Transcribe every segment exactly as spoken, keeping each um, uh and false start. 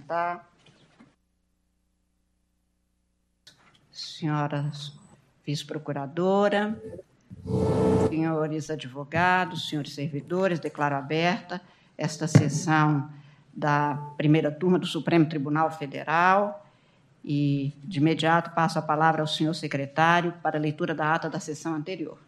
complementar. Senhora vice-procuradora, senhores advogados, senhores servidores, declaro aberta esta sessão da primeira turma do Supremo Tribunal Federal e, de imediato, passo a palavra ao senhor secretário para a leitura da ata da sessão anterior.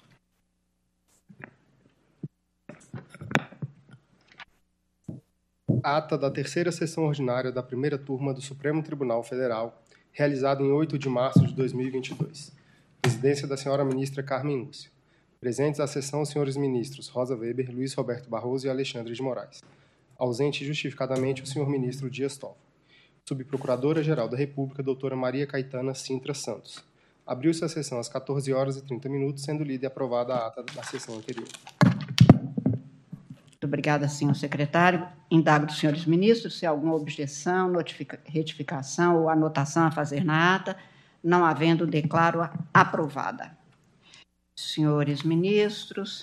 Ata da terceira sessão ordinária da primeira turma do Supremo Tribunal Federal, realizada em oito de março de dois mil e vinte e dois. Presidência da senhora ministra Carmen Lúcia. Presentes à sessão os senhores ministros Rosa Weber, Luiz Roberto Barroso e Alexandre de Moraes. Ausente justificadamente o senhor ministro Dias Toffoli. Subprocuradora-Geral da República, doutora Maria Caetana Sintra Santos. Abriu-se a sessão às quatorze horas e trinta minutos, sendo lida e aprovada a ata da sessão anterior. Muito obrigada, senhor secretário. Indago dos senhores ministros se há alguma objeção, notifica, retificação ou anotação a fazer na ata. Não havendo, declaro aprovada. Senhores ministros,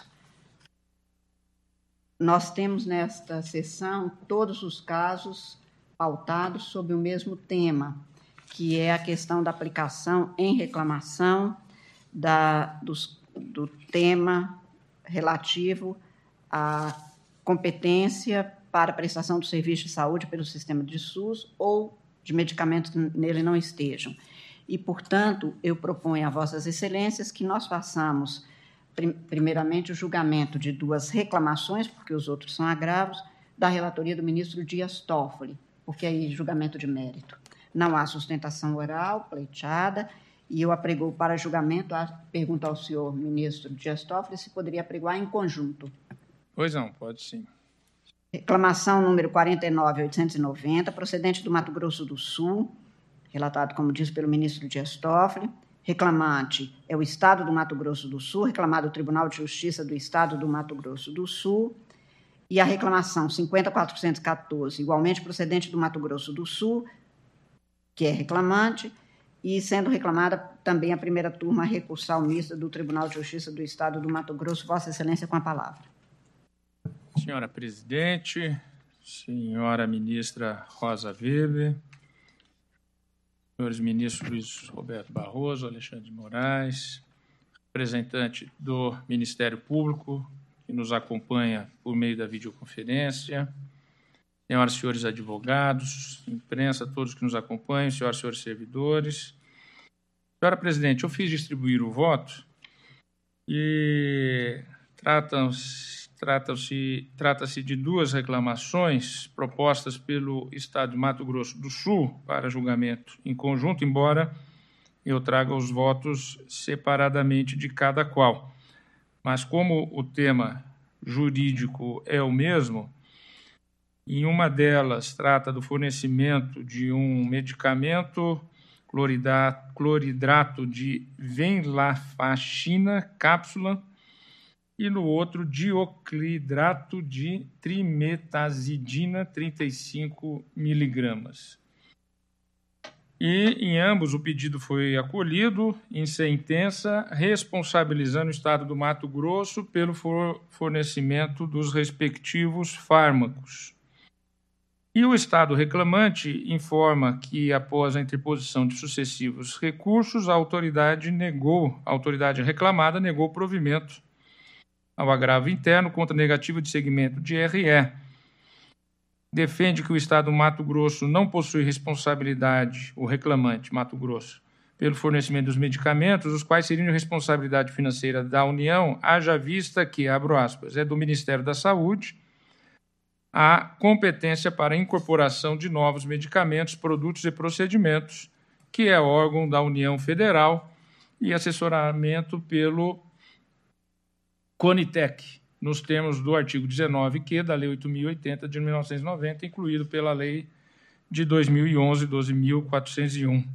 nós temos nesta sessão todos os casos pautados sob o mesmo tema, que é a questão da aplicação em reclamação da, dos, do tema relativo à competência para a prestação do serviço de saúde pelo sistema de SUS ou de medicamentos que nele não estejam. E, portanto, eu proponho a Vossas Excelências que nós façamos, primeiramente, o julgamento de duas reclamações, porque os outros são agravos, da relatoria do ministro Dias Toffoli, porque aí julgamento de mérito. Não há sustentação oral pleiteada, e eu apregoo para julgamento, a pergunta ao senhor ministro Dias Toffoli se poderia apregoar em conjunto. Pois não, pode sim. Reclamação número quarenta e nove mil oitocentos e noventa, procedente do Mato Grosso do Sul, relatado, como disse, pelo ministro Dias Toffoli. Reclamante é o Estado do Mato Grosso do Sul, reclamado o Tribunal de Justiça do Estado do Mato Grosso do Sul. E a reclamação cinquenta mil quatrocentos e quatorze, igualmente procedente do Mato Grosso do Sul, que é reclamante, e sendo reclamada também a primeira turma recursal mista do Tribunal de Justiça do Estado do Mato Grosso. Vossa Excelência, com a palavra. Senhora presidente, senhora ministra Rosa Weber, senhores ministros Luiz Roberto Barroso, Alexandre de Moraes, representante do Ministério Público, que nos acompanha por meio da videoconferência, senhoras e senhores advogados, imprensa, todos que nos acompanham, senhoras e senhores servidores. Senhora presidente, eu fiz distribuir o voto e tratam-se Trata-se trata-se de duas reclamações propostas pelo Estado de Mato Grosso do Sul para julgamento em conjunto, embora eu traga os votos separadamente de cada qual. Mas como o tema jurídico é o mesmo, em uma delas trata do fornecimento de um medicamento cloridrato de venlafaxina, cápsula, e no outro, diocloridrato de trimetazidina, trinta e cinco miligramas. E, em ambos, o pedido foi acolhido em sentença, responsabilizando o Estado do Mato Grosso pelo fornecimento dos respectivos fármacos. E o Estado reclamante informa que, após a interposição de sucessivos recursos, a autoridade negou, a autoridade reclamada negou provimento ao agravo interno contra a negativa de segmento de R E. Defende que o Estado do Mato Grosso não possui responsabilidade, o reclamante, Mato Grosso, pelo fornecimento dos medicamentos, os quais seriam de responsabilidade financeira da União, haja vista que, abro aspas, é do Ministério da Saúde a competência para a incorporação de novos medicamentos, produtos e procedimentos, que é órgão da União Federal, e assessoramento pelo CONITEC, nos termos do artigo dezenove Q da Lei oito mil e oitenta de mil novecentos e noventa, incluído pela Lei de dois mil e onze, doze mil quatrocentos e um.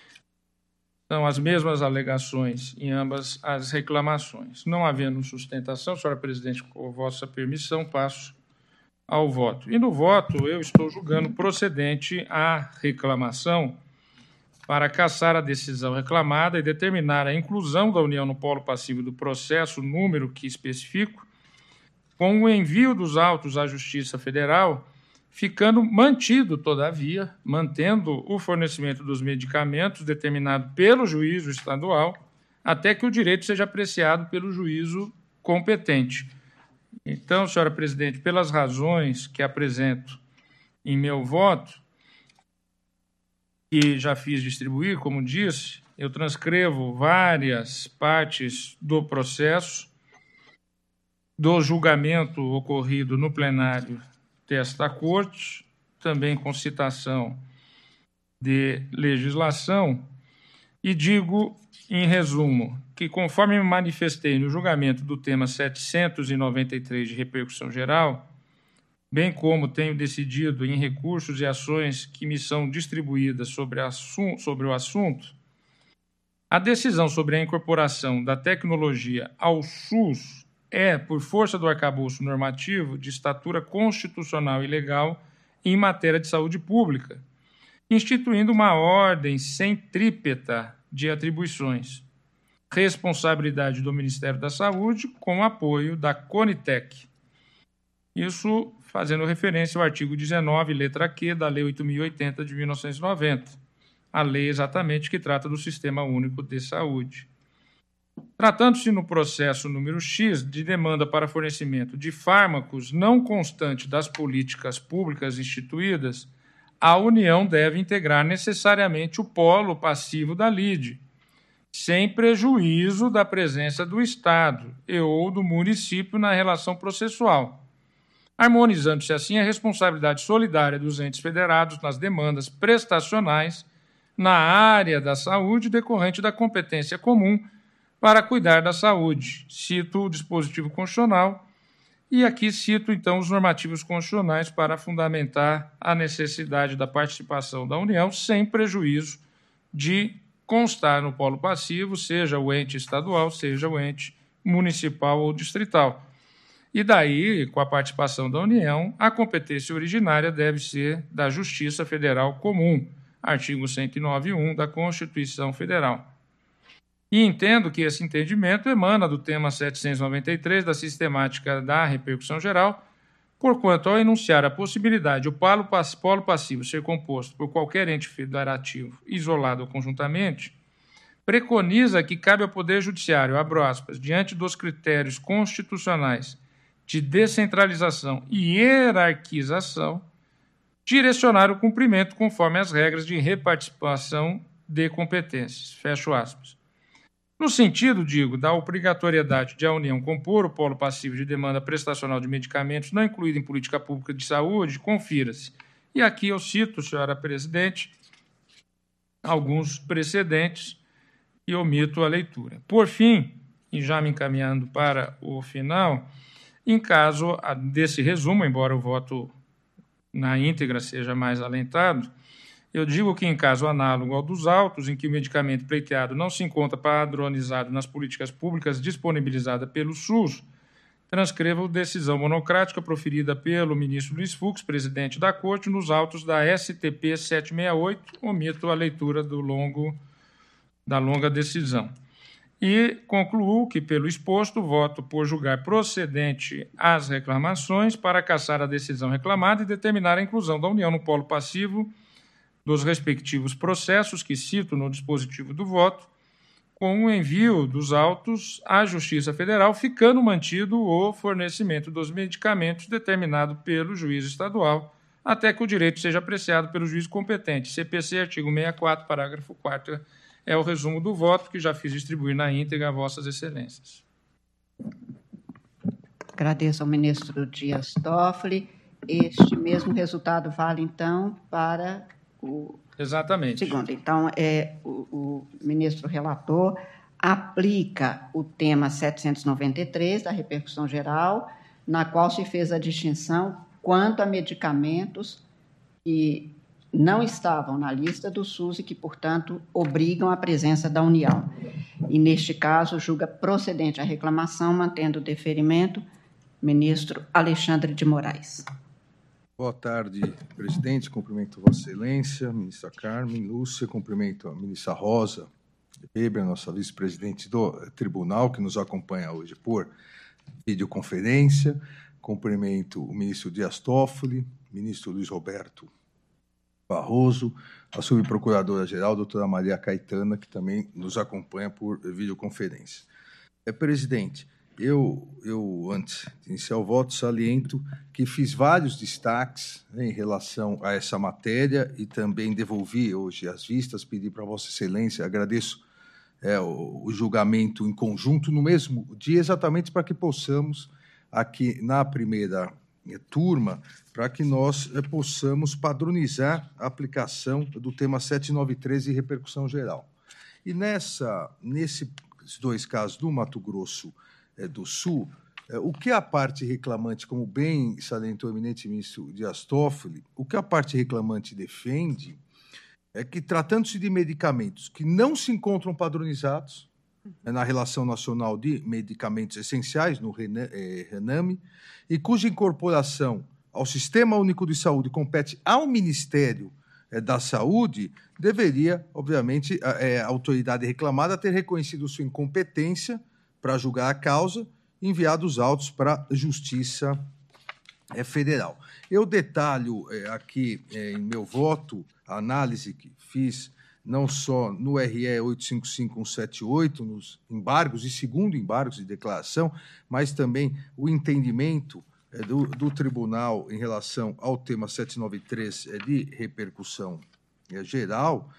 São as mesmas alegações em ambas as reclamações. Não havendo sustentação, senhora presidente, com vossa permissão, passo ao voto. E no voto, eu estou julgando procedente a reclamação para cassar a decisão reclamada e determinar a inclusão da União no polo passivo do processo, número que especifico, com o envio dos autos à Justiça Federal, ficando mantido, todavia, mantendo o fornecimento dos medicamentos determinado pelo juízo estadual, até que o direito seja apreciado pelo juízo competente. Então, senhora presidente, pelas razões que apresento em meu voto, que já fiz distribuir, como disse, eu transcrevo várias partes do processo, do julgamento ocorrido no plenário desta Corte, também com citação de legislação, e digo, em resumo, que conforme me manifestei no julgamento do tema setecentos e noventa e três de repercussão geral, bem como tenho decidido em recursos e ações que me são distribuídas sobre, sobre o assunto, a decisão sobre a incorporação da tecnologia ao SUS é, por força do arcabouço normativo, de estatura constitucional e legal em matéria de saúde pública, instituindo uma ordem centrípeta de atribuições, responsabilidade do Ministério da Saúde com apoio da CONITEC. Isso fazendo referência ao artigo dezenove, letra Q, da Lei oito mil e oitenta de mil novecentos e noventa, a lei exatamente que trata do Sistema Único de Saúde. Tratando-se no processo número X de demanda para fornecimento de fármacos não constante das políticas públicas instituídas, a União deve integrar necessariamente o polo passivo da lide, sem prejuízo da presença do Estado e ou do município na relação processual, harmonizando-se assim a responsabilidade solidária dos entes federados nas demandas prestacionais na área da saúde decorrente da competência comum para cuidar da saúde. Cito o dispositivo constitucional e aqui cito, então, os normativos constitucionais para fundamentar a necessidade da participação da União sem prejuízo de constar no polo passivo, seja o ente estadual, seja o ente municipal ou distrital. E daí, com a participação da União, a competência originária deve ser da Justiça Federal Comum, artigo cento e nove ponto um da Constituição Federal. E entendo que esse entendimento emana do tema setecentos e noventa e três da sistemática da repercussão geral, porquanto, ao enunciar a possibilidade de o polo passivo ser composto por qualquer ente federativo, isolado ou conjuntamente, preconiza que cabe ao Poder Judiciário, abro aspas, diante dos critérios constitucionais de descentralização e hierarquização, direcionar o cumprimento conforme as regras de repartição de competências, fecho aspas. No sentido, digo, da obrigatoriedade de a União compor o polo passivo de demanda prestacional de medicamentos não incluído em política pública de saúde, confira-se. E aqui eu cito, senhora presidente, alguns precedentes e omito a leitura. Por fim, e já me encaminhando para o final, em caso desse resumo, embora o voto na íntegra seja mais alentado, eu digo que, em caso análogo ao dos autos, em que o medicamento pleiteado não se encontra padronizado nas políticas públicas disponibilizadas pelo SUS, transcrevo a decisão monocrática proferida pelo ministro Luiz Fux, presidente da Corte, nos autos da S T P setecentos e sessenta e oito, omito a leitura do longo, da longa decisão. E concluo que, pelo exposto, voto por julgar procedente as reclamações para cassar a decisão reclamada e determinar a inclusão da União no polo passivo dos respectivos processos que cito no dispositivo do voto, com o envio dos autos à Justiça Federal, ficando mantido o fornecimento dos medicamentos determinado pelo juiz estadual, até que o direito seja apreciado pelo juiz competente. C P C, artigo sessenta e quatro, parágrafo quarto, é o resumo do voto que já fiz distribuir na íntegra a vossas excelências. Agradeço ao ministro Dias Toffoli. Este mesmo resultado vale, então, para o Exatamente. segundo. Então, é, o, o ministro relator aplica o tema setecentos e noventa e três da repercussão geral, na qual se fez a distinção quanto a medicamentos que não estavam na lista do SUS e que, portanto, obrigam a presença da União. E, neste caso, julga procedente a reclamação, mantendo o deferimento, ministro Alexandre de Moraes. Boa tarde, presidente. Cumprimento Vossa Excelência, ministra Carmen Lúcia, cumprimento a ministra Rosa Weber, nossa vice-presidente do tribunal, que nos acompanha hoje por videoconferência. Cumprimento o ministro Dias Toffoli, ministro Luiz Roberto Barroso, a subprocuradora-geral, doutora Maria Caetana, que também nos acompanha por videoconferência. É, presidente, eu, eu, antes de iniciar o voto, saliento que fiz vários destaques, né, em relação a essa matéria e também devolvi hoje as vistas, pedi para Vossa Excelência, agradeço é, o, o julgamento em conjunto no mesmo dia, exatamente para que possamos, aqui na primeira turma, para que nós eh, possamos padronizar a aplicação do tema setecentos e noventa e três e repercussão geral. E nessa, nesses dois casos do Mato Grosso eh, do Sul, eh, o que a parte reclamante, como bem salientou o eminente ministro Dias Toffoli, o que a parte reclamante defende é que, tratando-se de medicamentos que não se encontram padronizados, na Relação Nacional de Medicamentos Essenciais, no RENAME, e cuja incorporação ao Sistema Único de Saúde compete ao Ministério da Saúde, deveria, obviamente, a, a autoridade reclamada ter reconhecido sua incompetência para julgar a causa e enviado os autos para a Justiça Federal. Eu detalho aqui em meu voto a análise que fiz não só no R E oito cinco cinco um sete oito, nos embargos e segundo embargos de declaração, mas também o entendimento é, do, do tribunal em relação ao tema setecentos e noventa e três é, de repercussão é, geral,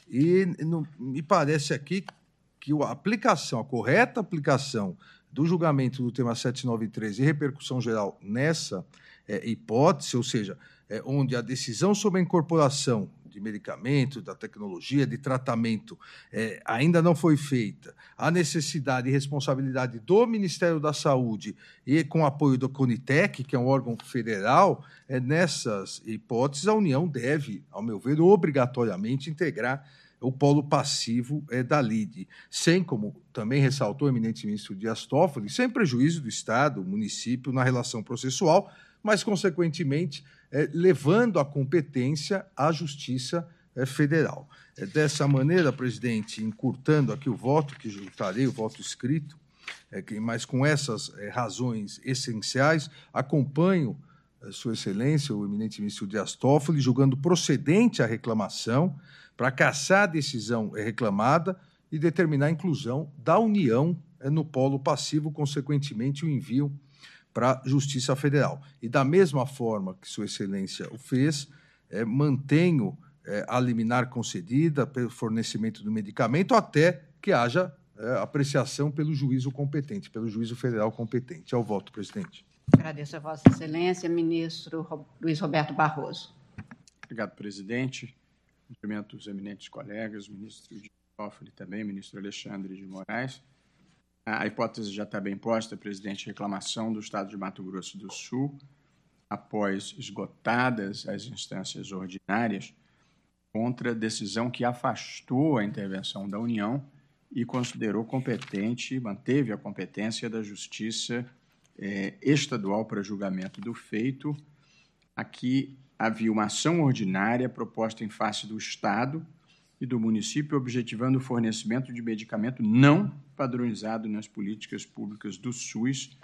e no, me parece aqui que a aplicação, a correta aplicação do julgamento do tema setecentos e noventa e três e repercussão geral nessa é, hipótese, ou seja, é, onde a decisão sobre a incorporação de medicamento, da tecnologia, de tratamento, é, ainda não foi feita, a necessidade e responsabilidade do Ministério da Saúde e com o apoio do CONITEC, que é um órgão federal, é, nessas hipóteses a União deve, ao meu ver, obrigatoriamente integrar o polo passivo é, da lide, sem, como também ressaltou o eminente ministro Dias Toffoli, sem prejuízo do Estado, município, na relação processual, mas, consequentemente, é, levando a competência à Justiça é, Federal. É, dessa maneira, presidente, encurtando aqui o voto, que juntarei o voto escrito, é, que, mas com essas é, razões essenciais, acompanho é, Sua Excelência, o eminente ministro Dias Toffoli, julgando procedente a reclamação para cassar a decisão é, reclamada e determinar a inclusão da União é, no polo passivo, consequentemente, o envio para a Justiça Federal. E, da mesma forma que Sua Excelência o fez, é, mantenho é, a liminar concedida pelo fornecimento do medicamento até que haja é, apreciação pelo juízo competente, pelo juízo federal competente. Ao voto, presidente. Agradeço a Vossa Excelência, ministro Luiz Roberto Barroso. Obrigado, presidente. Cumprimento os eminentes colegas, o ministro Dias Toffoli também, o ministro Alexandre de Moraes. A hipótese já está bem posta, presidente, reclamação do Estado de Mato Grosso do Sul, após esgotadas as instâncias ordinárias, contra a decisão que afastou a intervenção da União e considerou competente, manteve a competência da Justiça eh, Estadual para julgamento do feito. Aqui havia uma ação ordinária proposta em face do Estado e do município, objetivando o fornecimento de medicamento não padronizado nas políticas públicas do SUS.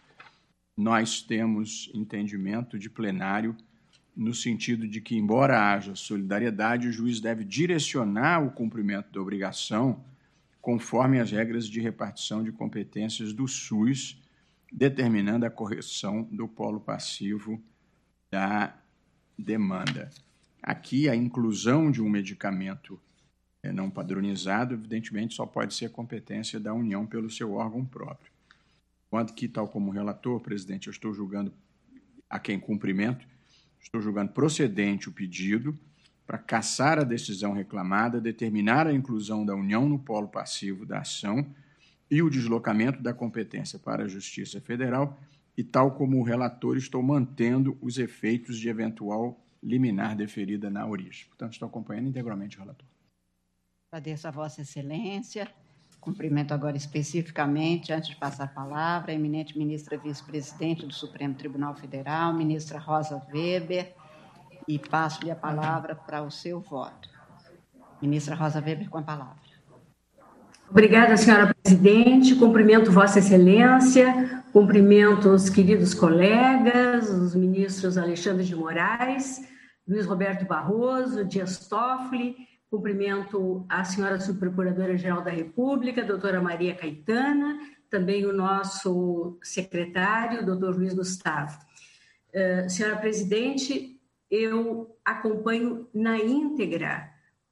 Nós temos entendimento de plenário no sentido de que, embora haja solidariedade, o juiz deve direcionar o cumprimento da obrigação conforme as regras de repartição de competências do SUS, determinando a correção do polo passivo da demanda. Aqui, a inclusão de um medicamento não padronizado, evidentemente, só pode ser competência da União pelo seu órgão próprio. Quanto que, tal como relator, presidente, eu estou julgando a quem cumprimento, estou julgando procedente o pedido para cassar a decisão reclamada, determinar a inclusão da União no polo passivo da ação e o deslocamento da competência para a Justiça Federal e, tal como o relator, estou mantendo os efeitos de eventual liminar deferida na origem. Portanto, estou acompanhando integralmente o relator. Agradeço a Vossa Excelência. Cumprimento agora especificamente, antes de passar a palavra, a eminente ministra vice-presidente do Supremo Tribunal Federal, ministra Rosa Weber, e passo-lhe a palavra para o seu voto. Ministra Rosa Weber, com a palavra. Obrigada, senhora presidente. Cumprimento Vossa Excelência, Cumprimento os queridos colegas, os ministros Alexandre de Moraes, Luiz Roberto Barroso, Dias Toffoli. Cumprimento a senhora Subprocuradora-Geral da República, doutora Maria Caetana, também o nosso secretário, doutor Luiz Gustavo. Uh, senhora Presidente, eu acompanho na íntegra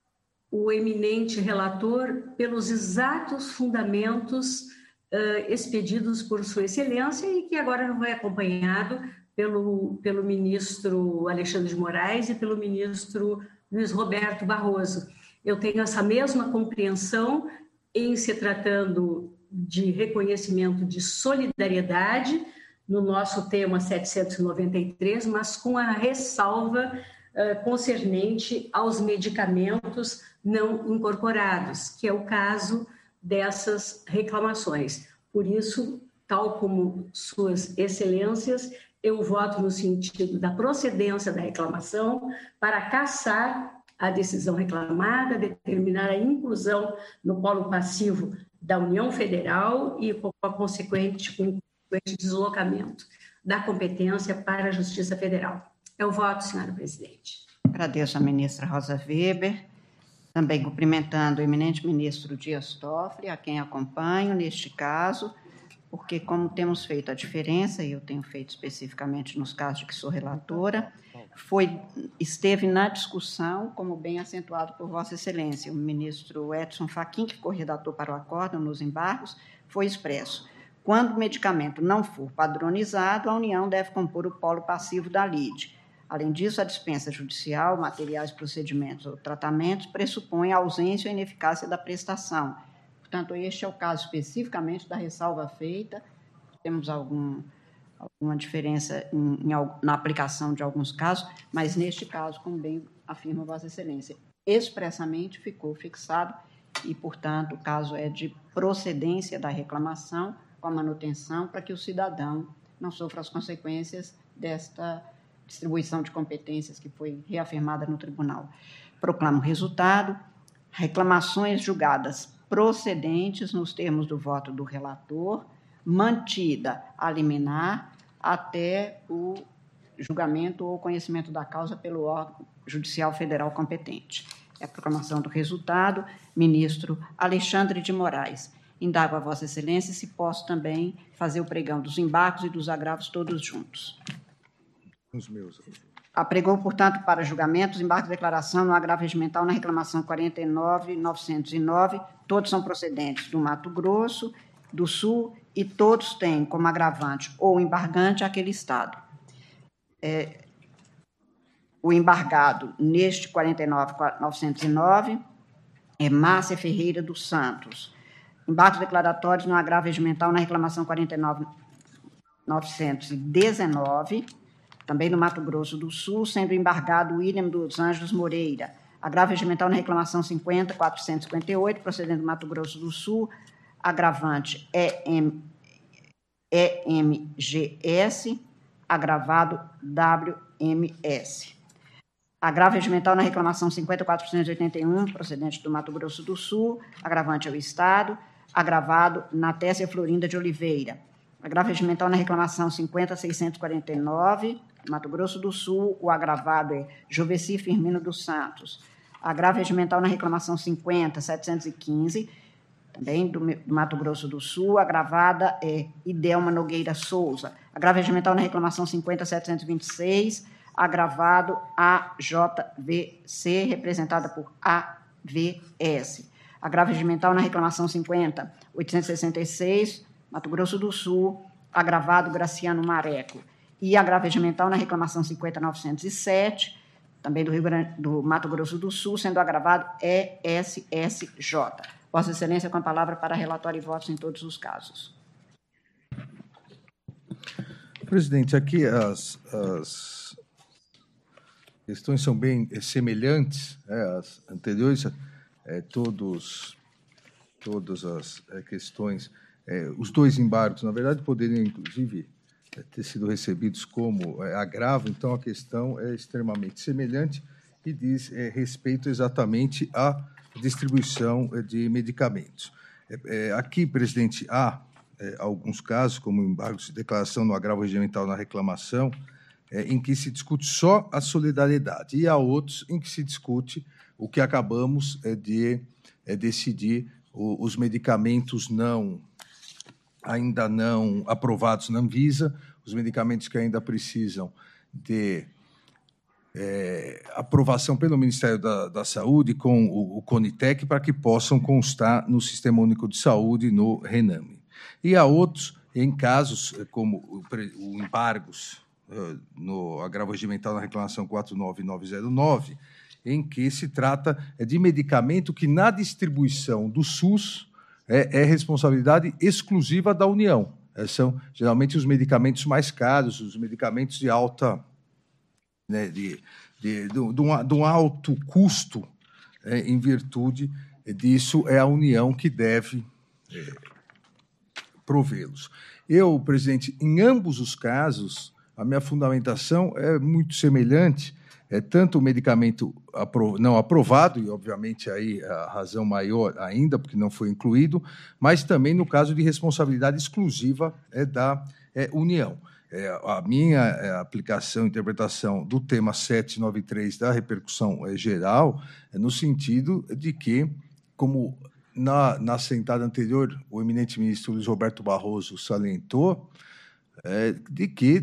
o eminente relator pelos exatos fundamentos Uh, expedidos por Sua Excelência e que agora foi acompanhado pelo, pelo ministro Alexandre de Moraes e pelo ministro Luiz Roberto Barroso. Eu tenho essa mesma compreensão em se tratando de reconhecimento de solidariedade no nosso tema setecentos e noventa e três, mas com a ressalva uh, concernente aos medicamentos não incorporados, que é o caso dessas reclamações. Por isso, tal como Suas Excelências, eu voto no sentido da procedência da reclamação para cassar a decisão reclamada, determinar a inclusão no polo passivo da União Federal e com a consequente, com o consequente deslocamento da competência para a Justiça Federal. Eu voto, senhora Presidente. Agradeço à ministra Rosa Weber. Também cumprimentando o eminente ministro Dias Toffoli, a quem acompanho neste caso, porque como temos feito a diferença, e eu tenho feito especificamente nos casos de que sou relatora, foi, esteve na discussão, como bem acentuado por Vossa Excelência, o ministro Edson Fachin, que ficou redator para o acórdão nos embargos, foi expresso. Quando o medicamento não for padronizado, a União deve compor o polo passivo da lide. Além disso, a dispensa judicial, materiais, procedimentos ou tratamentos pressupõe a ausência ou ineficácia da prestação. Portanto, este é o caso especificamente da ressalva feita. Temos algum, alguma diferença em, em, na aplicação de alguns casos, mas neste caso, como bem afirma Vossa Excelência, expressamente ficou fixado e, portanto, o caso é de procedência da reclamação com a manutenção para que o cidadão não sofra as consequências desta distribuição de competências que foi reafirmada no tribunal. Proclamo o resultado. Reclamações julgadas procedentes nos termos do voto do relator, mantida a liminar até o julgamento ou conhecimento da causa pelo órgão judicial federal competente. É a proclamação do resultado, ministro Alexandre de Moraes. Indago a Vossa Excelência se posso também fazer o pregão dos embargos e dos agravos todos juntos. Os meus. Apregou, portanto, para julgamento os embargos de declaração no agravo regimental na reclamação quarenta e nove mil novecentos e nove, todos são procedentes do Mato Grosso do Sul e todos têm como agravante ou embargante aquele Estado. É, o embargado neste quarenta e nove mil novecentos e nove é Márcia Ferreira dos Santos. Embargos declaratórios no agravo regimental na reclamação quarenta e nove mil novecentos e dezenove, também no Mato Grosso do Sul, sendo embargado William dos Anjos Moreira. Agravo regimental na reclamação cinquenta mil quatrocentos e cinquenta e oito, procedendo do Mato Grosso do Sul, agravante E M G S, agravado W M S. Agravo regimental na reclamação cinquenta mil quatrocentos e oitenta e um, procedente do Mato Grosso do Sul, agravante ao Estado, agravado Natécia Florinda de Oliveira. Agravo regimental na reclamação cinquenta mil seiscentos e quarenta e nove, Mato Grosso do Sul, o agravado é Joveci Firmino dos Santos. Agravo regimental na reclamação cinquenta mil setecentos e quinze, também do Mato Grosso do Sul, agravada é Idelma Nogueira Souza. Agravo regimental na reclamação cinquenta mil setecentos e vinte e seis, agravado A J V C, representada por A V S. Agravo regimental na reclamação cinquenta mil oitocentos e sessenta e seis, Mato Grosso do Sul, agravado Graciano Mareco. E agravo regimental na reclamação cinquenta mil novecentos e sete, também do, Rio Grande, do Mato Grosso do Sul, sendo agravado E S S J. Vossa Excelência, com a palavra para relatório e votos em todos os casos. Presidente, aqui as, as questões são bem semelhantes, né, às anteriores, é, todos, todas as é, questões, é, os dois embargos, na verdade, poderiam, inclusive, é, ter sido recebidos como é, agravo, então a questão é extremamente semelhante e diz é, respeito exatamente à distribuição de medicamentos. É, é, aqui, presidente, há é, alguns casos, como embargos de declaração no agravo regimental na reclamação, é, em que se discute só a solidariedade, e há outros em que se discute o que acabamos é, de é, decidir, o, os medicamentos não ainda não aprovados na Anvisa, os medicamentos que ainda precisam de é, aprovação pelo Ministério da, da Saúde com o, o CONITEC para que possam constar no Sistema Único de Saúde, no RENAME. E há outros, em casos como o, o embargos uh, no agravo regimental na reclamação quatro nove nove zero nove, em que se trata de medicamento que, na distribuição do SUS, é, é responsabilidade exclusiva da União. É, são, geralmente, os medicamentos mais caros, os medicamentos de alta... Né, de, de, de, de, um, de um alto custo, é, em virtude disso, é a União que deve é, provê-los. Eu, presidente, em ambos os casos, a minha fundamentação é muito semelhante, é tanto o medicamento apro- não aprovado, e, obviamente, aí a razão maior ainda, porque não foi incluído, mas também no caso de responsabilidade exclusiva é, da é, União. É, a minha é, aplicação, interpretação do tema setecentos e noventa e três da repercussão é, geral é no sentido de que, como na, na sentada anterior o eminente ministro Luiz Roberto Barroso salientou, é, de que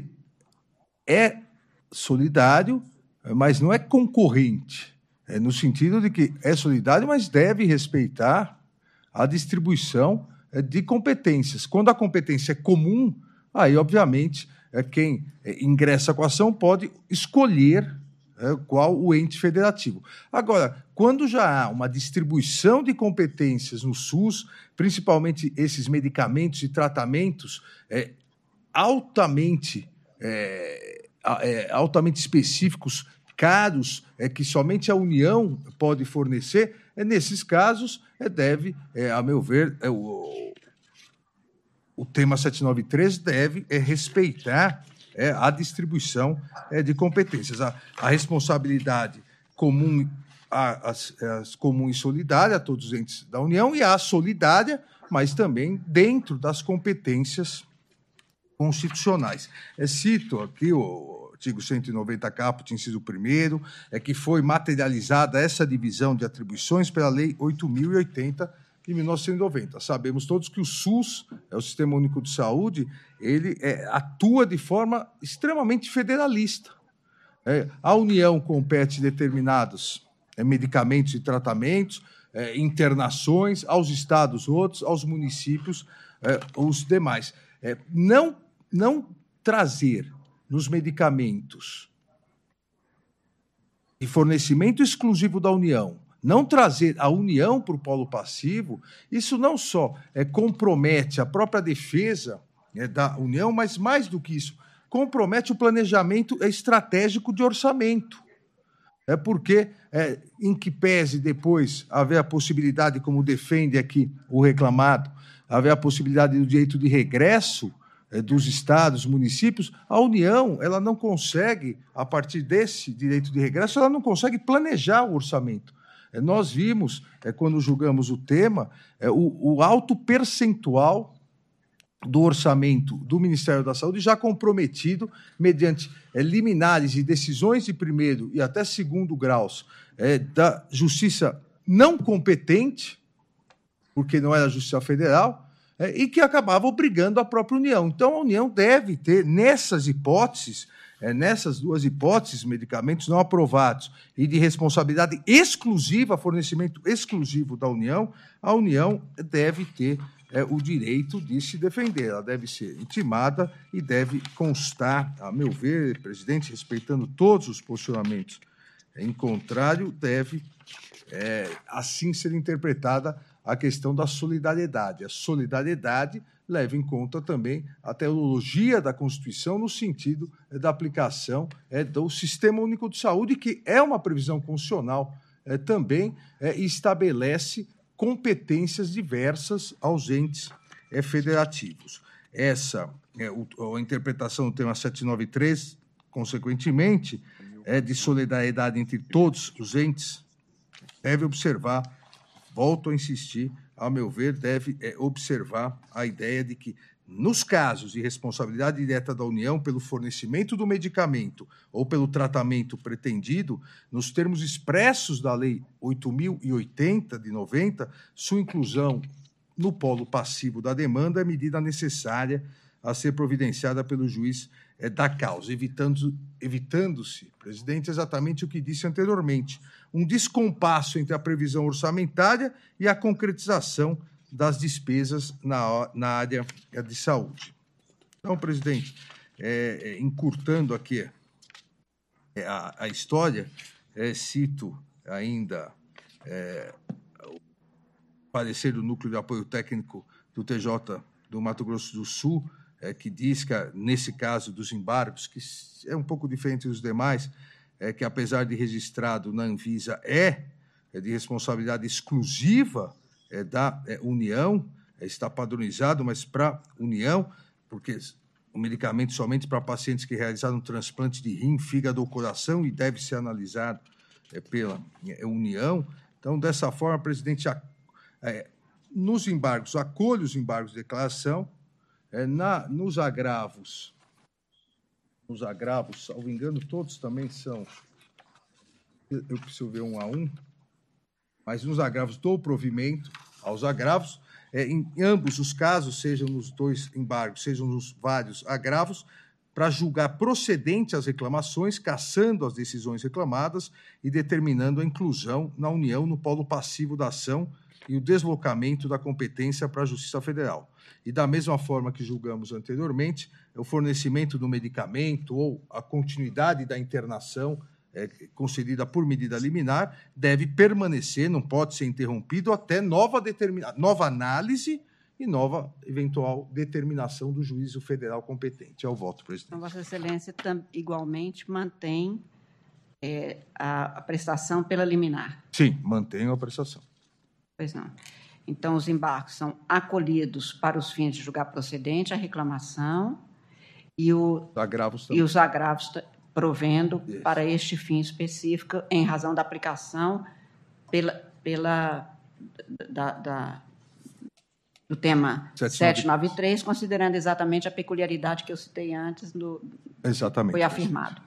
é solidário, mas não é concorrente, é no sentido de que é solidário, mas deve respeitar a distribuição é, de competências. Quando a competência é comum, aí, obviamente, é, quem ingressa com a ação pode escolher é, qual o ente federativo. Agora, quando já há uma distribuição de competências no SUS, principalmente esses medicamentos e tratamentos é, altamente, é, é, altamente específicos, caros, é, que somente a União pode fornecer, é, nesses casos, é, deve, é, a meu ver, é, o O tema setecentos e noventa e três deve é, respeitar é, a distribuição é, de competências. A, a responsabilidade comum, a, as, as comum e solidária a todos os entes da União e a solidária, mas também dentro das competências constitucionais. É, cito aqui o artigo cento e noventa caput, inciso primeiro, é que foi materializada essa divisão de atribuições pela Lei oito mil e oitenta, de mil novecentos e noventa. Sabemos todos que o SUS, é o Sistema Único de Saúde, ele é, atua de forma extremamente federalista. É, a União compete determinados é, medicamentos e tratamentos, é, internações, aos estados outros, aos municípios é, os demais. É, não, não trazer nos medicamentos de fornecimento exclusivo da União, não trazer a União para o polo passivo, isso não só é, compromete a própria defesa é, da União, mas, mais do que isso, compromete o planejamento estratégico de orçamento. É porque, é, em que pese depois haver a possibilidade, como defende aqui o reclamado, haver a possibilidade do direito de regresso é, dos estados, municípios, a União ela não consegue, a partir desse direito de regresso, ela não consegue planejar o orçamento. Nós vimos, é, quando julgamos o tema, é, o, o alto percentual do orçamento do Ministério da Saúde já comprometido mediante é, liminares e decisões de primeiro e até segundo graus é, da justiça não competente, porque não era a Justiça Federal, é, e que acabava obrigando a própria União. Então, a União deve ter, nessas hipóteses, É, nessas duas hipóteses, medicamentos não aprovados e de responsabilidade exclusiva, fornecimento exclusivo da União, a União deve ter é, o direito de se defender. Ela deve ser intimada e deve constar, a meu ver, presidente, respeitando todos os posicionamentos em contrário, deve é, assim ser interpretada a questão da solidariedade. A solidariedade leva em conta também a teologia da Constituição no sentido da aplicação é, do Sistema Único de Saúde, que é uma previsão constitucional é, também é, e estabelece competências diversas aos entes é, federativos. Essa é o, a interpretação do tema setecentos e noventa e três, consequentemente, é de solidariedade entre todos os entes, deve observar volto a insistir, a meu ver, deve é, observar a ideia de que, nos casos de responsabilidade direta da União pelo fornecimento do medicamento ou pelo tratamento pretendido, nos termos expressos da Lei oito mil e oitenta, de noventa, sua inclusão no polo passivo da demanda é medida necessária a ser providenciada pelo juiz é, da causa, evitando, evitando-se, presidente, exatamente o que disse anteriormente, um descompasso entre a previsão orçamentária e a concretização das despesas na, na área de saúde. Então, presidente, é, é, encurtando aqui é, a, a história, é, cito ainda é, o parecer do Núcleo de Apoio Técnico do T J do Mato Grosso do Sul, é, que diz que, nesse caso dos embargos, que é um pouco diferente dos demais, é que, apesar de registrado na Anvisa, é, é de responsabilidade exclusiva É da é, União, é, está padronizado, mas para a União, porque o medicamento somente para pacientes que realizaram transplante de rim, fígado ou coração e deve ser analisado é, pela é, União. Então, dessa forma, presidente, a, é, nos embargos, acolhe os embargos de declaração, é, na, nos agravos, nos agravos, salvo engano, todos também são, eu preciso ver um a um, mas nos agravos do provimento, aos agravos, é, em ambos os casos, sejam nos dois embargos, sejam nos vários agravos, para julgar procedente as reclamações, cassando as decisões reclamadas e determinando a inclusão na União no polo passivo da ação e o deslocamento da competência para a Justiça Federal. E da mesma forma que julgamos anteriormente, o fornecimento do medicamento ou a continuidade da internação É, concedida por medida liminar, deve permanecer, não pode ser interrompido até nova, determina... nova análise e nova eventual determinação do juízo federal competente. É o voto, presidente. Então, Vossa Excelência tam, igualmente mantém é, a, a prestação pela liminar? Sim, mantenho a prestação. Pois não. Então, os embargos são acolhidos para os fins de julgar procedente a reclamação e, o, agravos e os agravos provendo Isso. para este fim específico, em razão da aplicação pela, pela, da, da, do tema setecentos e noventa e três, considerando exatamente a peculiaridade que eu citei antes, do, exatamente, foi afirmado.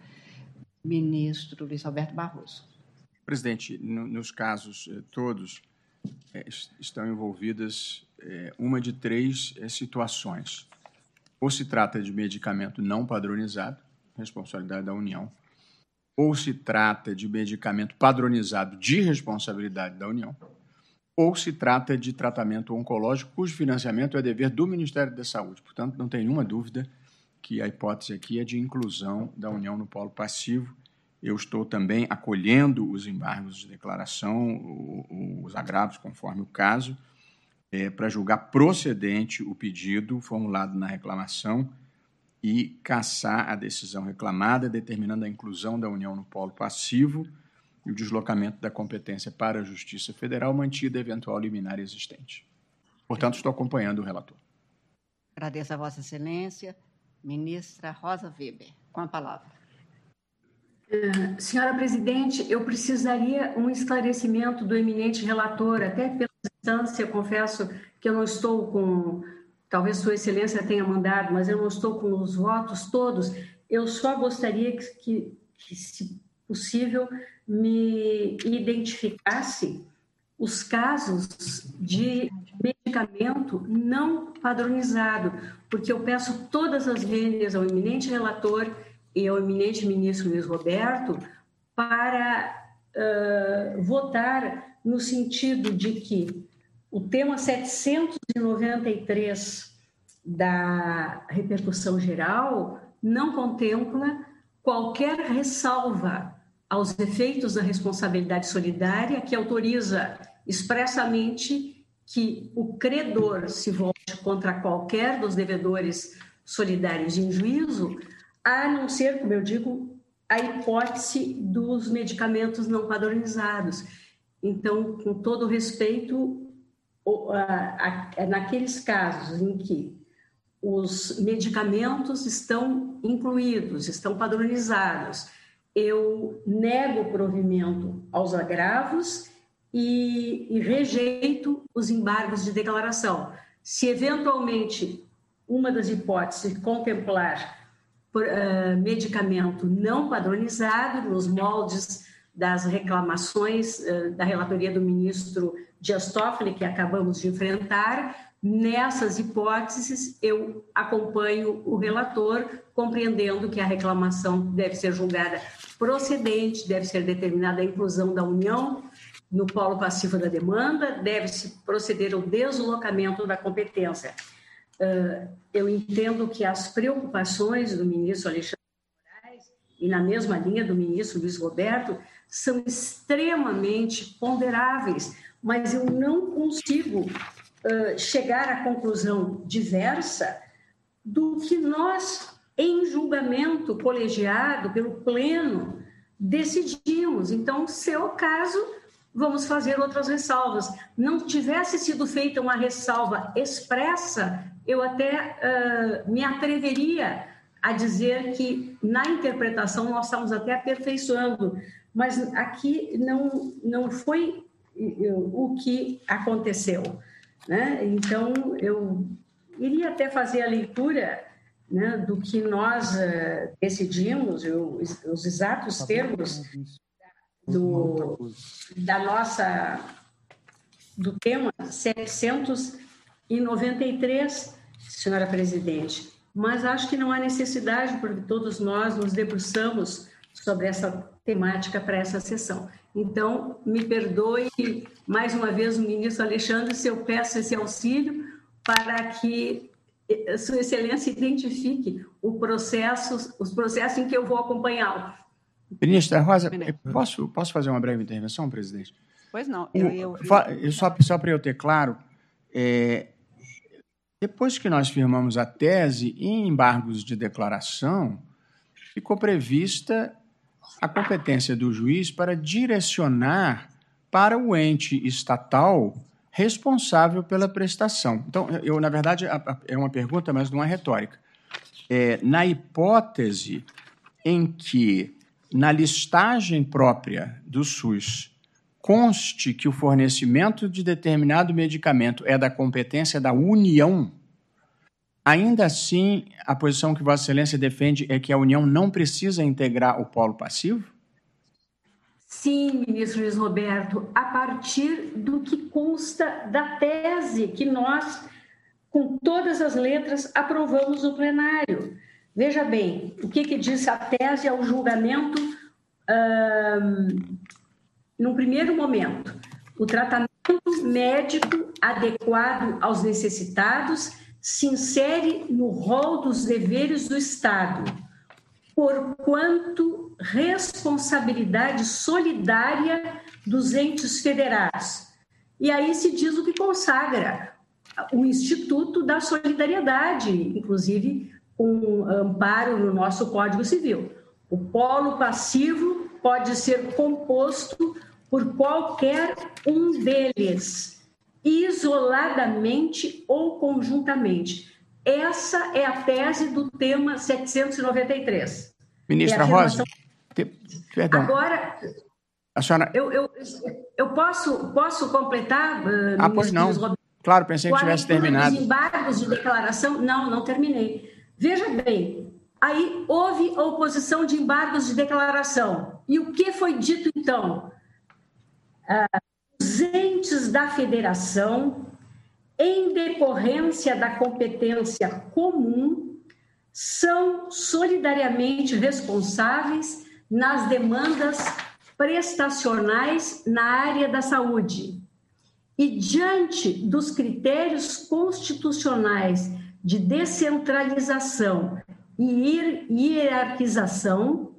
Ministro Luiz Roberto Barroso. Presidente, no, nos casos eh, todos, eh, estão envolvidas eh, uma de três eh, situações. Ou se trata de medicamento não padronizado, responsabilidade da União, ou se trata de medicamento padronizado de responsabilidade da União, ou se trata de tratamento oncológico cujo financiamento é dever do Ministério da Saúde. Portanto, não tem nenhuma dúvida que a hipótese aqui é de inclusão da União no polo passivo. Eu estou também acolhendo os embargos de declaração, os agravos, conforme o caso, é, para julgar procedente o pedido formulado na reclamação e cassar a decisão reclamada, determinando a inclusão da União no polo passivo e o deslocamento da competência para a Justiça Federal, mantida a eventual liminar existente. Portanto, estou acompanhando o relator. Agradeço a Vossa Excelência. Ministra Rosa Weber, com a palavra. Uh, senhora Presidente, eu precisaria um esclarecimento do eminente relator, até pela distância, confesso que eu não estou com... Talvez Sua Excelência tenha mandado, mas eu não estou com os votos todos. Eu só gostaria que, que, que se possível, me identificasse os casos de medicamento não padronizado, porque eu peço todas as vezes ao eminente relator e ao eminente ministro Luiz Roberto para uh, votar no sentido de que o tema setecentos e noventa e três da repercussão geral não contempla qualquer ressalva aos efeitos da responsabilidade solidária, que autoriza expressamente que o credor se volte contra qualquer dos devedores solidários em juízo, a não ser, como eu digo, a hipótese dos medicamentos não padronizados. Então, com todo respeito, naqueles casos em que os medicamentos estão incluídos, estão padronizados, eu nego o provimento aos agravos e, e rejeito os embargos de declaração. Se, eventualmente, uma das hipóteses contemplar por, uh, medicamento não padronizado nos moldes das reclamações uh, da relatoria do ministro Dias Toffoli, que acabamos de enfrentar, nessas hipóteses eu acompanho o relator, compreendendo que a reclamação deve ser julgada procedente, deve ser determinada a inclusão da União no polo passivo da demanda, deve-se proceder ao deslocamento da competência. Uh, eu entendo que as preocupações do ministro Alexandre de Moraes, e na mesma linha do ministro Luiz Roberto, são extremamente ponderáveis, mas eu não consigo uh, chegar à conclusão diversa do que nós, em julgamento colegiado pelo Pleno, decidimos. Então, se é o caso, vamos fazer outras ressalvas. Não tivesse sido feita uma ressalva expressa, eu até uh, me atreveria a dizer que, na interpretação, nós estamos até aperfeiçoando, mas aqui não, não foi o que aconteceu, né? Então, eu iria até fazer a leitura, né, do que nós uh, decidimos, eu, os exatos termos do, da nossa, do tema setecentos e noventa e três, senhora presidente, mas acho que não há necessidade, porque todos nós nos debruçamos sobre essa temática para essa sessão. Então, me perdoe mais uma vez o ministro Alexandre se eu peço esse auxílio para que Sua Excelência identifique o processo, os processos em que eu vou acompanhá-lo. Ministra Rosa, posso, posso fazer uma breve intervenção, presidente? Pois não. Eu, eu, eu, só só para eu ter claro, é, depois que nós firmamos a tese em embargos de declaração, ficou prevista a competência do juiz para direcionar para o ente estatal responsável pela prestação. Então, eu, na verdade, é uma pergunta, mas não é retórica. É, na hipótese em que, na listagem própria do SUS, conste que o fornecimento de determinado medicamento é da competência da União, ainda assim, a posição que Vossa Excelência defende é que a União não precisa integrar o polo passivo? Sim, ministro Luiz Roberto, a partir do que consta da tese que nós, com todas as letras, aprovamos no plenário. Veja bem, o que, que diz a tese ao julgamento, hum, num primeiro momento, o tratamento médico adequado aos necessitados se insere no rol dos deveres do Estado, porquanto responsabilidade solidária dos entes federados. E aí se diz o que consagra o Instituto da Solidariedade, inclusive com amparo no nosso Código Civil. O polo passivo pode ser composto por qualquer um deles, isoladamente ou conjuntamente. Essa é a tese do tema setecentos e noventa e três. Ministra Rosa, te, perdão. Agora, a senhora... eu, eu, eu posso, posso completar? Uh, ah, pois não. Roberto? Claro, pensei que tivesse terminado. Os embargos de declaração, não, não terminei. Veja bem, aí houve a oposição de embargos de declaração. E o que foi dito, então? Uh, os entes da federação, em decorrência da competência comum, são solidariamente responsáveis nas demandas prestacionais na área da saúde. E, diante dos critérios constitucionais de descentralização e hierarquização,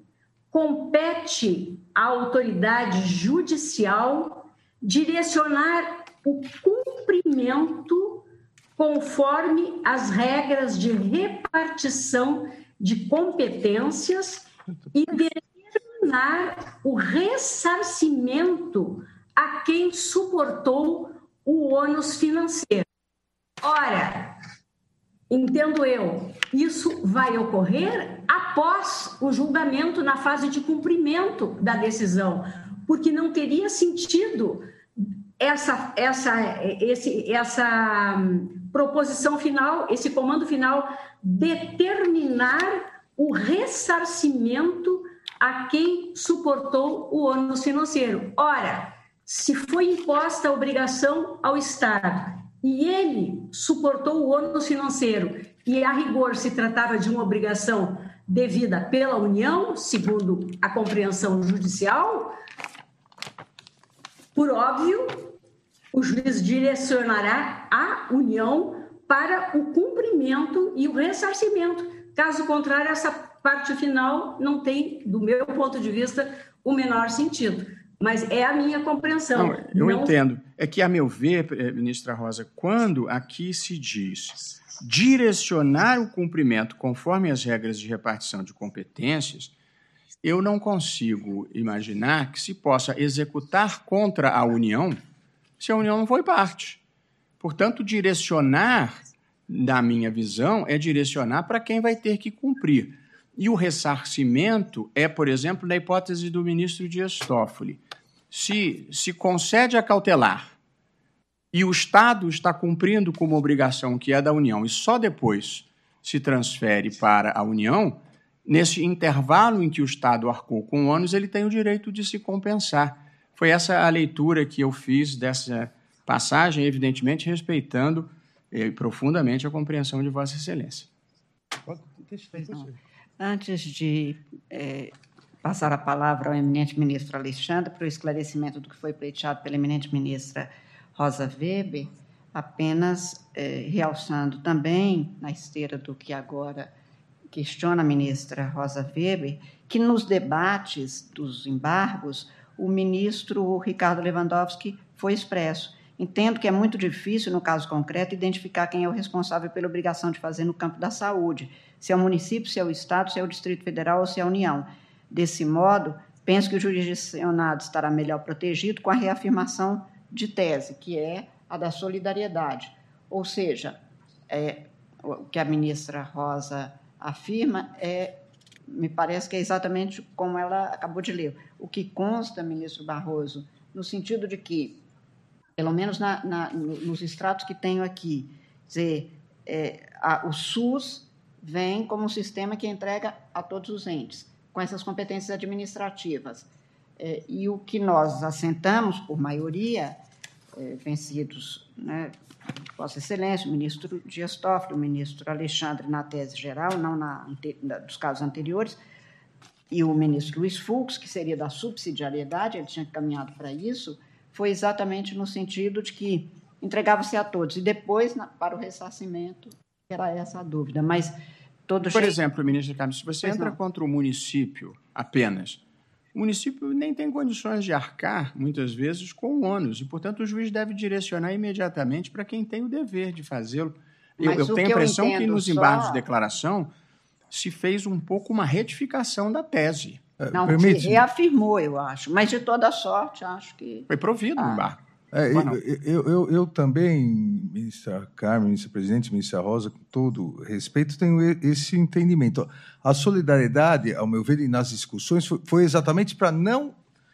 compete à autoridade judicial direcionar o cumprimento conforme as regras de repartição de competências e determinar o ressarcimento a quem suportou o ônus financeiro. Ora, entendo eu, isso vai ocorrer após o julgamento na fase de cumprimento da decisão, porque não teria sentido essa, essa, esse, essa proposição final, esse comando final, determinar o ressarcimento a quem suportou o ônus financeiro. Ora, se foi imposta a obrigação ao Estado e ele suportou o ônus financeiro e, a rigor, se tratava de uma obrigação devida pela União, segundo a compreensão judicial, por óbvio, o juiz direcionará a União para o cumprimento e o ressarcimento. Caso contrário, essa parte final não tem, do meu ponto de vista, o menor sentido. Mas é a minha compreensão. Não, eu não... entendo. É que, a meu ver, ministra Rosa, quando aqui se diz direcionar o cumprimento conforme as regras de repartição de competências, eu não consigo imaginar que se possa executar contra a União se a União não foi parte. Portanto, direcionar, na minha visão, é direcionar para quem vai ter que cumprir. E o ressarcimento é, por exemplo, na hipótese do ministro Dias Toffoli. Se, se concede a cautelar e o Estado está cumprindo com uma obrigação que é da União e só depois se transfere para a União, nesse intervalo em que o Estado arcou com o ônus, ele tem o direito de se compensar. Foi essa a leitura que eu fiz dessa passagem, evidentemente respeitando eh, profundamente a compreensão de Vossa Excelência. Antes de eh, passar a palavra ao eminente ministro Alexandre para o esclarecimento do que foi pleiteado pela eminente ministra Rosa Weber, apenas eh, realçando também, na esteira do que agora questiona a ministra Rosa Weber, que nos debates dos embargos, o ministro Ricardo Lewandowski foi expresso. Entendo que é muito difícil, no caso concreto, identificar quem é o responsável pela obrigação de fazer no campo da saúde, se é o município, se é o Estado, se é o Distrito Federal ou se é a União. Desse modo, penso que o jurisdicionado estará melhor protegido com a reafirmação de tese, que é a da solidariedade. Ou seja, é, o que a ministra Rosa afirma é, me parece que é exatamente como ela acabou de ler. O que consta, ministro Barroso, no sentido de que, pelo menos na, na, nos extratos que tenho aqui, dizer, é, a, o SUS vem como um sistema que entrega a todos os entes, com essas competências administrativas. É, e o que nós assentamos, por maioria, é, vencidos, né, Vossa Excelência, o ministro Dias Toffoli, o ministro Alexandre na tese geral, não na, na, dos casos anteriores, e o ministro Luiz Fux, que seria da subsidiariedade, ele tinha caminhado para isso, foi exatamente no sentido de que entregava-se a todos, e depois, na, para o ressarcimento, era essa a dúvida. Mas, todo Por jeito... exemplo, ministro Carlos, se você pois entra não. contra o município apenas, o município nem tem condições de arcar, muitas vezes, com o ônus, e, portanto, o juiz deve direcionar imediatamente para quem tem o dever de fazê-lo. Eu, eu tenho a impressão que nos só... embargos de declaração se fez um pouco uma retificação da tese. Não, Permite? se reafirmou, eu acho, mas, de toda sorte, acho que... Foi provido ah. o embargo. É, eu, eu, eu, eu também, ministra Carmen, ministra Presidente, ministra Rosa, com todo respeito, tenho esse entendimento. A solidariedade, ao meu ver, nas discussões, foi, foi exatamente para não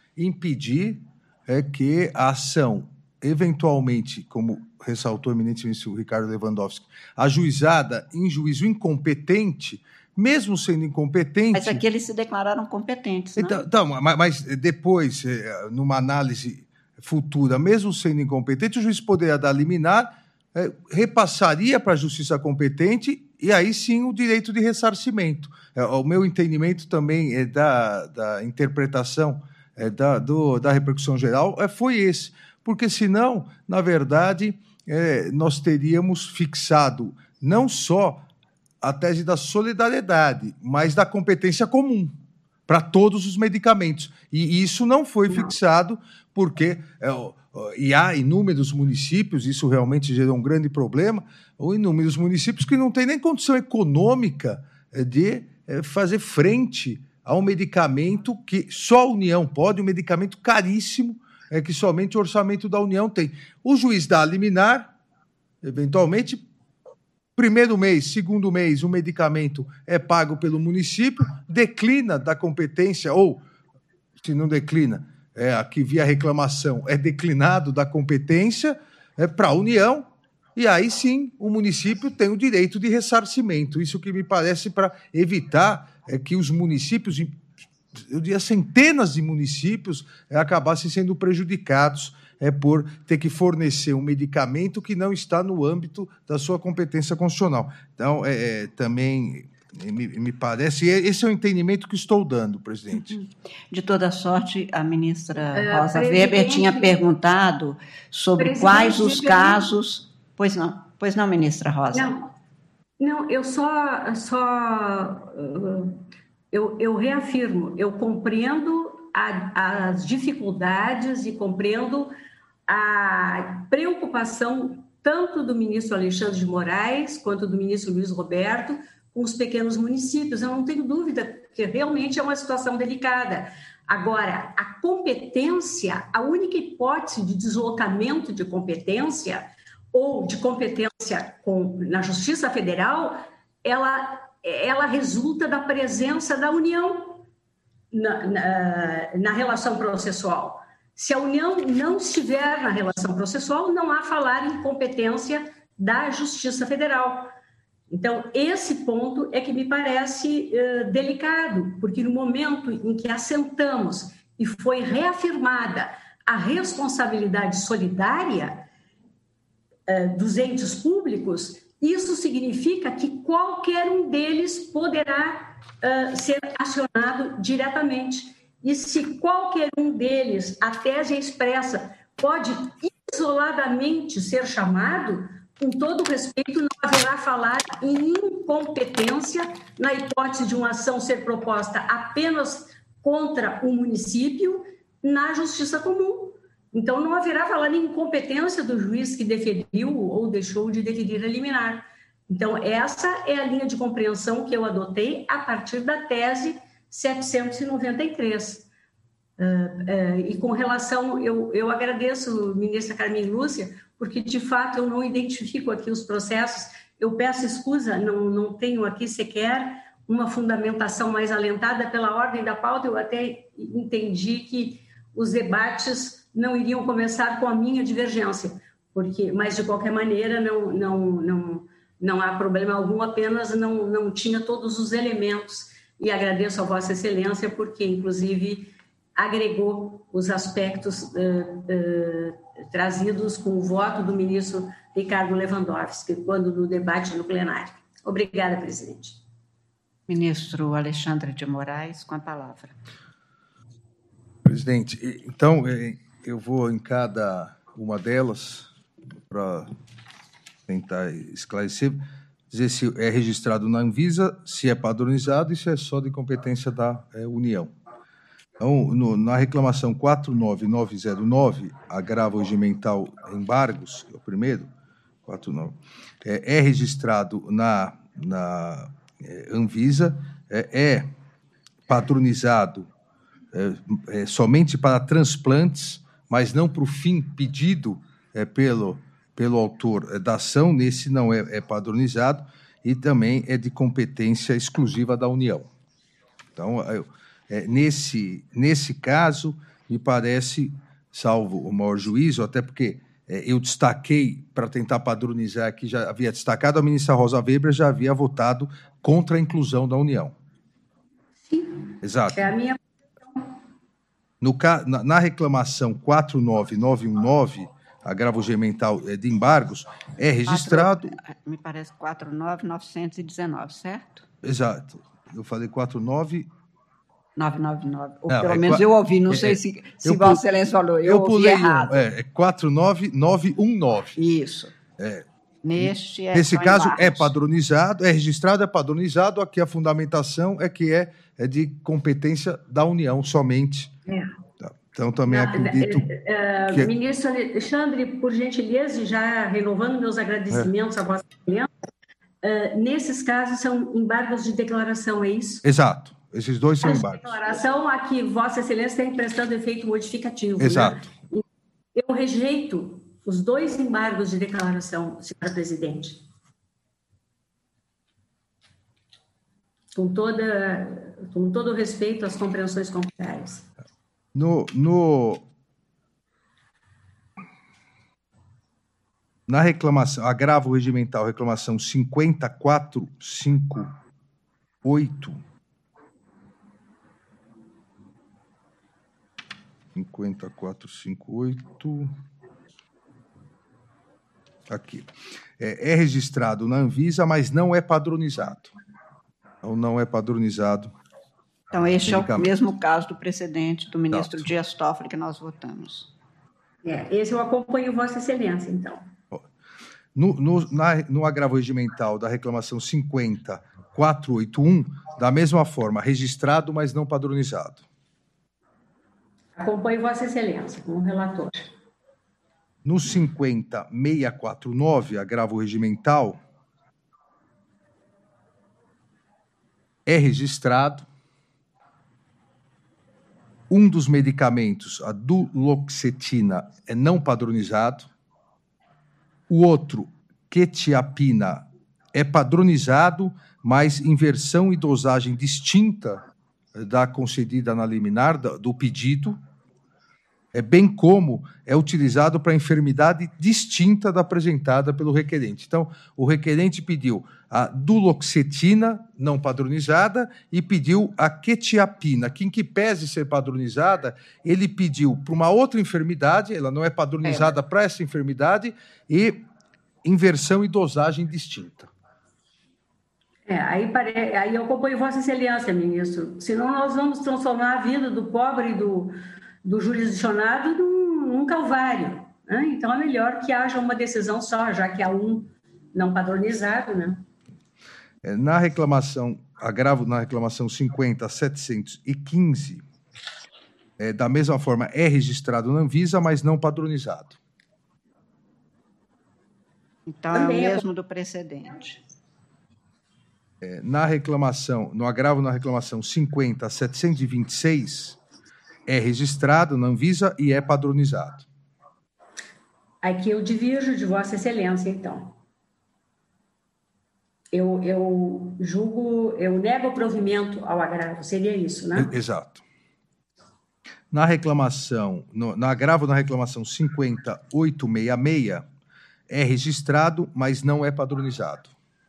impedir é, que a ação, eventualmente, como ressaltou o eminente ministro Ricardo Lewandowski, ajuizada em juízo incompetente, mesmo sendo incompetente... Mas aqui eles se declararam competentes, então, né? Então, mas depois, numa análise futura, mesmo sendo incompetente, o juiz poderia dar liminar, é, repassaria para a justiça competente e aí sim o direito de ressarcimento. É, o meu entendimento também é da, da interpretação é, da, do, da repercussão geral é, foi esse, porque senão, na verdade, é, nós teríamos fixado não só a tese da solidariedade, mas da competência comum para todos os medicamentos. E isso não foi fixado porque, é, e há inúmeros municípios, isso realmente gerou um grande problema, ou inúmeros municípios que não têm nem condição econômica de é, fazer frente a um medicamento que só a União pode, um medicamento caríssimo, é, que somente o orçamento da União tem. O juiz dá a liminar, eventualmente, primeiro mês, segundo mês, o medicamento é pago pelo município, declina da competência, ou, se não declina, é, aqui via reclamação, é declinado da competência é, para a União, e aí sim o município tem o direito de ressarcimento. Isso que me parece para evitar é, que os municípios, eu diria centenas de municípios, é, acabassem sendo prejudicados é, por ter que fornecer um medicamento que não está no âmbito da sua competência constitucional. Então, é, é, também me, me parece, esse é o entendimento que estou dando, presidente. De toda sorte, a ministra Uh, Rosa presidente, Weber tinha perguntado sobre presidente, quais os me casos... Pois não, pois não, ministra Rosa. Não, não, eu só, só uh, eu, eu reafirmo, eu compreendo a, as dificuldades e compreendo a preocupação tanto do ministro Alexandre de Moraes quanto do ministro Luiz Roberto com os pequenos municípios. Eu não tenho dúvida que realmente é uma situação delicada. Agora, a competência, a única hipótese de deslocamento de competência ou de competência com, na Justiça Federal, ela, ela resulta da presença da União na, na, na relação processual. Se a União não estiver na relação processual, não há falar em competência da Justiça Federal. Então, esse ponto é que me parece uh, delicado, porque no momento em que assentamos e foi reafirmada a responsabilidade solidária dos entes públicos, isso significa que qualquer um deles poderá uh, ser acionado diretamente. E se qualquer um deles, a tese expressa, pode isoladamente ser chamado, com todo respeito, não haverá falar em incompetência na hipótese de uma ação ser proposta apenas contra o município na justiça comum. Então, não haverá falar em incompetência do juiz que deferiu ou deixou de deferir a liminar. Então, essa é a linha de compreensão que eu adotei a partir da tese setecentos e noventa e três. Uh, uh, e com relação, eu, eu agradeço, ministra Carmen Lúcia, porque, de fato, eu não identifico aqui os processos. Eu peço escusa, não, não tenho aqui sequer uma fundamentação mais alentada pela ordem da pauta. Eu até entendi que os debates não iriam começar com a minha divergência, porque, mas de qualquer maneira não, não, não, não há problema algum, apenas não, não tinha todos os elementos, e agradeço a Vossa Excelência porque, inclusive, agregou os aspectos uh, uh, trazidos com o voto do ministro Ricardo Lewandowski, quando no debate no plenário. Obrigada, presidente. Ministro Alexandre de Moraes, com a palavra. Presidente, então, eu vou em cada uma delas para tentar esclarecer, dizer se é registrado na Anvisa, se é padronizado e se é só de competência da é, União. Então, no, na reclamação quatro nove nove zero nove, agravo regimental embargos, é o primeiro, quatro nove, é, é registrado na, na é, Anvisa, é, é padronizado é, é, somente para transplantes, mas não para o fim pedido é, pelo, pelo autor da ação, nesse não é, é padronizado, e também é de competência exclusiva da União. Então, eu, é, nesse, nesse caso, me parece, salvo o maior juízo, até porque é, eu destaquei, para tentar padronizar aqui, já havia destacado, a ministra Rosa Weber já havia votado contra a inclusão da União. Sim. Exato. É a minha... No, na, na reclamação quatro nove nove um nove, agravo regimental de embargos, é registrado... quatro, me parece quatro nove novecentos e dezenove, certo? Exato. Eu falei quatro nove... novecentos e noventa e nove. Ou não, pelo é, menos eu ouvi, não é, sei se, se eu, Vossa Excelência falou. Eu, eu ouvi pulei errado. Um, é, é quatro nove nove um nove. Isso. É, Neste é Nesse caso, embargos. é padronizado, é registrado, é padronizado. Aqui a fundamentação é que é, é de competência da União somente. É. Então, também Na, acredito... Uh, que... Ministro Alexandre, por gentileza, e já renovando meus agradecimentos é. à Vossa Excelência, uh, nesses casos são embargos de declaração, é isso? Exato. Esses dois são As embargos. Declaração a que Vossa Excelência tem prestado efeito modificativo. Exato. Né? Eu rejeito os dois embargos de declaração, senhora presidente. Com, toda, com todo o respeito às compreensões contrárias. No, no, na reclamação, agravo regimental, reclamação cinquenta e quatro cinquenta e oito, cinquenta e quatro cinquenta e oito, aqui, é, é registrado na Anvisa, mas não é padronizado. Então, não é padronizado. Então, este é o mesmo caso do precedente do ministro Exato. Dias Toffoli que nós votamos. É, esse eu acompanho Vossa Excelência, então. No, no, na, no agravo regimental da reclamação cinquenta quatrocentos e oitenta e um, da mesma forma, registrado, mas não padronizado. Acompanho Vossa Excelência, como relator. No cinquenta seiscentos e quarenta e nove, agravo regimental, é registrado. Um dos medicamentos, a duloxetina, é não padronizado. O outro, quetiapina, é padronizado, mas em versão e dosagem distinta da concedida na liminar, do pedido, é bem como é utilizado para enfermidade distinta da apresentada pelo requerente. Então, o requerente pediu a duloxetina não padronizada e pediu a quetiapina, que em que pese ser padronizada, ele pediu para uma outra enfermidade, ela não é padronizada é. para essa enfermidade, e em versão e dosagem distinta. É, aí, pare... aí eu acompanho Vossa Excelência, ministro. Senão nós vamos transformar a vida do pobre e do, do jurisdicionado num, num calvário. Né? Então é melhor que haja uma decisão só, já que há um não padronizado, né? É, na reclamação, agravo na reclamação cinquenta setecentos e quinze, é, da mesma forma, é registrado na Anvisa, mas não padronizado. Então Também é o mesmo do precedente. É, na reclamação, no agravo na reclamação cinquenta setecentos e vinte e seis, é registrado na Anvisa e é padronizado. Aqui eu divirjo de Vossa Excelência, então. Eu, eu julgo, eu nego o provimento ao agravo, seria isso, né? Exato. Na reclamação, no, na agravo na reclamação cinquenta oitocentos e sessenta e seis, é registrado, mas não é padronizado.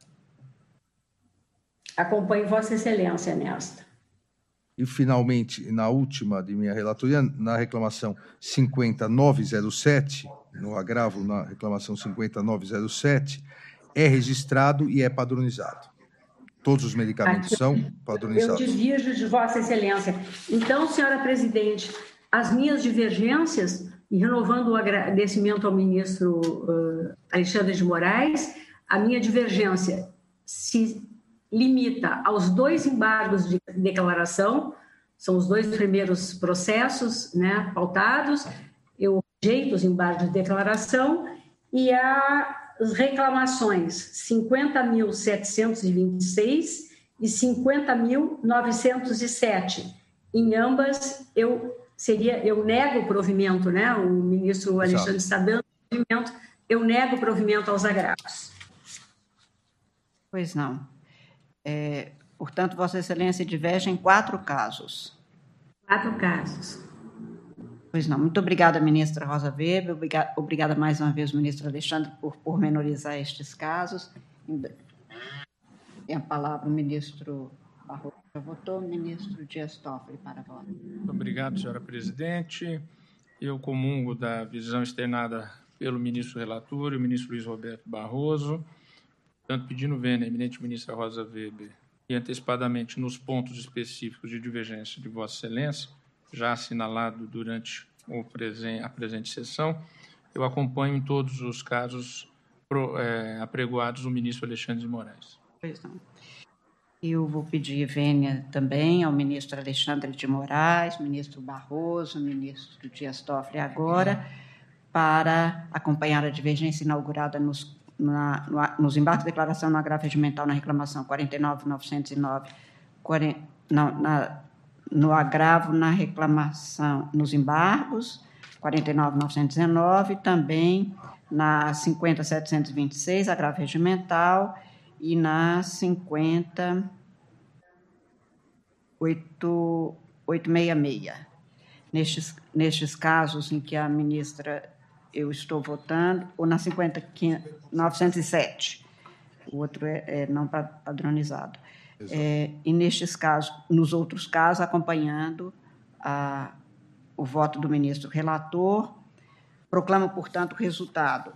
Acompanho Vossa Excelência nesta. E, finalmente, na última de minha relatoria, na reclamação cinquenta novecentos e sete, no agravo na reclamação cinquenta novecentos e sete, é registrado e é padronizado. Todos os medicamentos Aqui, são padronizados. Eu divirjo de Vossa Excelência. Então, senhora presidente, as minhas divergências, e renovando o agradecimento ao ministro uh, Alexandre de Moraes, a minha divergência se limita aos dois embargos de declaração, são os dois primeiros processos, né, pautados, eu rejeito os embargos de declaração, e as reclamações cinquenta mil setecentos e vinte e seis e cinquenta mil novecentos e sete. Em ambas, eu, seria, eu nego o provimento, né, o ministro Alexandre está dando provimento, eu nego o provimento aos agravos. Pois não. É, portanto, Vossa Excelência diverge em quatro casos. Quatro casos. Pois não. Muito obrigada, ministra Rosa Weber. Obrigada, obrigada mais uma vez, ministro Alexandre, por pormenorizar estes casos. Tem a palavra o ministro Barroso. Já votou, ministro Dias Toffoli, para a voto. Muito obrigado, senhora presidente. Eu comungo da visão externada pelo ministro relator e o ministro Luiz Roberto Barroso, tanto pedindo vênia, eminente ministra Rosa Weber, e antecipadamente nos pontos específicos de divergência de Vossa Excelência, já assinalado durante o presen a presente sessão, eu acompanho em todos os casos pro, é, apregoados o ministro Alexandre de Moraes. Pois não. Eu vou pedir vênia também ao ministro Alexandre de Moraes, ministro Barroso, ministro Dias Toffoli agora, para acompanhar a divergência inaugurada nos Na, no, nos embargos de declaração no agravo regimental na reclamação quarenta e nove mil novecentos e nove, quarenta, na, na, no agravo na reclamação, nos embargos quarenta e nove mil novecentos e dezenove, também na cinquenta mil setecentos e vinte e seis, agravo regimental, e na cinquenta mil oitocentos e sessenta e seis. nestes, nestes casos em que a ministra eu estou votando, ou na cinquenta mil novecentos e sete, o outro é, é não padronizado. É, e nestes casos, nos outros casos, acompanhando a, o voto do ministro relator, proclamo, portanto, o resultado.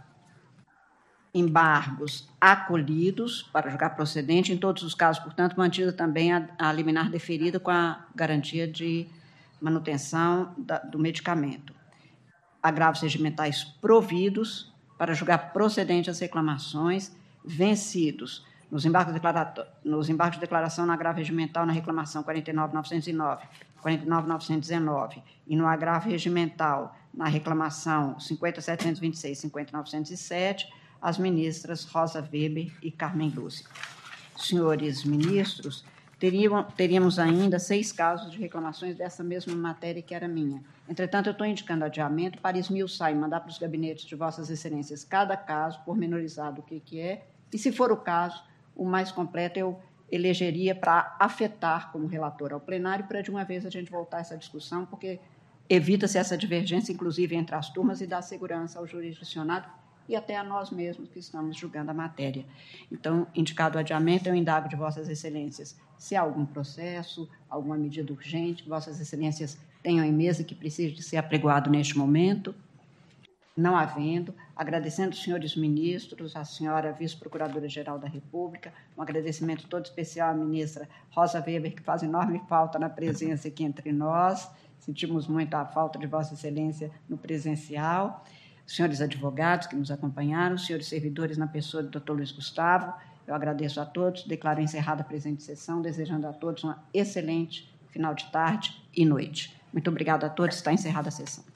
Embargos acolhidos para julgar procedente, em todos os casos, portanto, mantida também a, a liminar deferida com a garantia de manutenção da, do medicamento. Agravos regimentais providos para julgar procedente as reclamações vencidos nos embargos, nos embargos de declaração no agravo regimental na reclamação quarenta e nove mil novecentos e nove, quarenta e nove mil novecentos e dezenove e no agravo regimental na reclamação cinquenta mil setecentos e vinte e seis e cinquenta mil novecentos e sete, as ministras Rosa Weber e Carmen Lúcia. Senhores ministros, teriam, teríamos ainda seis casos de reclamações dessa mesma matéria que era minha. Entretanto, eu estou indicando adiamento para esmiuçar e mandar para os gabinetes de Vossas Excelências cada caso, pormenorizado o que, que é, e, se for o caso, o mais completo eu elegeria para afetar como relator ao plenário, para de uma vez a gente voltar a essa discussão, porque evita-se essa divergência, inclusive, entre as turmas e dá segurança ao jurisdicionado e até a nós mesmos que estamos julgando a matéria. Então, indicado o adiamento, eu indago de Vossas Excelências se há algum processo, alguma medida urgente que Vossas Excelências tenham em mesa que precise de ser apregoado neste momento. Não havendo, agradecendo os senhores ministros, a senhora vice-procuradora-geral da República, um agradecimento todo especial à ministra Rosa Weber, que faz enorme falta na presença aqui entre nós, sentimos muito a falta de Vossa Excelência no presencial, os senhores advogados que nos acompanharam, os senhores servidores na pessoa do doutor Luiz Gustavo, eu agradeço a todos, declaro encerrada a presente sessão, desejando a todos uma excelente final de tarde e noite. Muito obrigada a todos, está encerrada a sessão.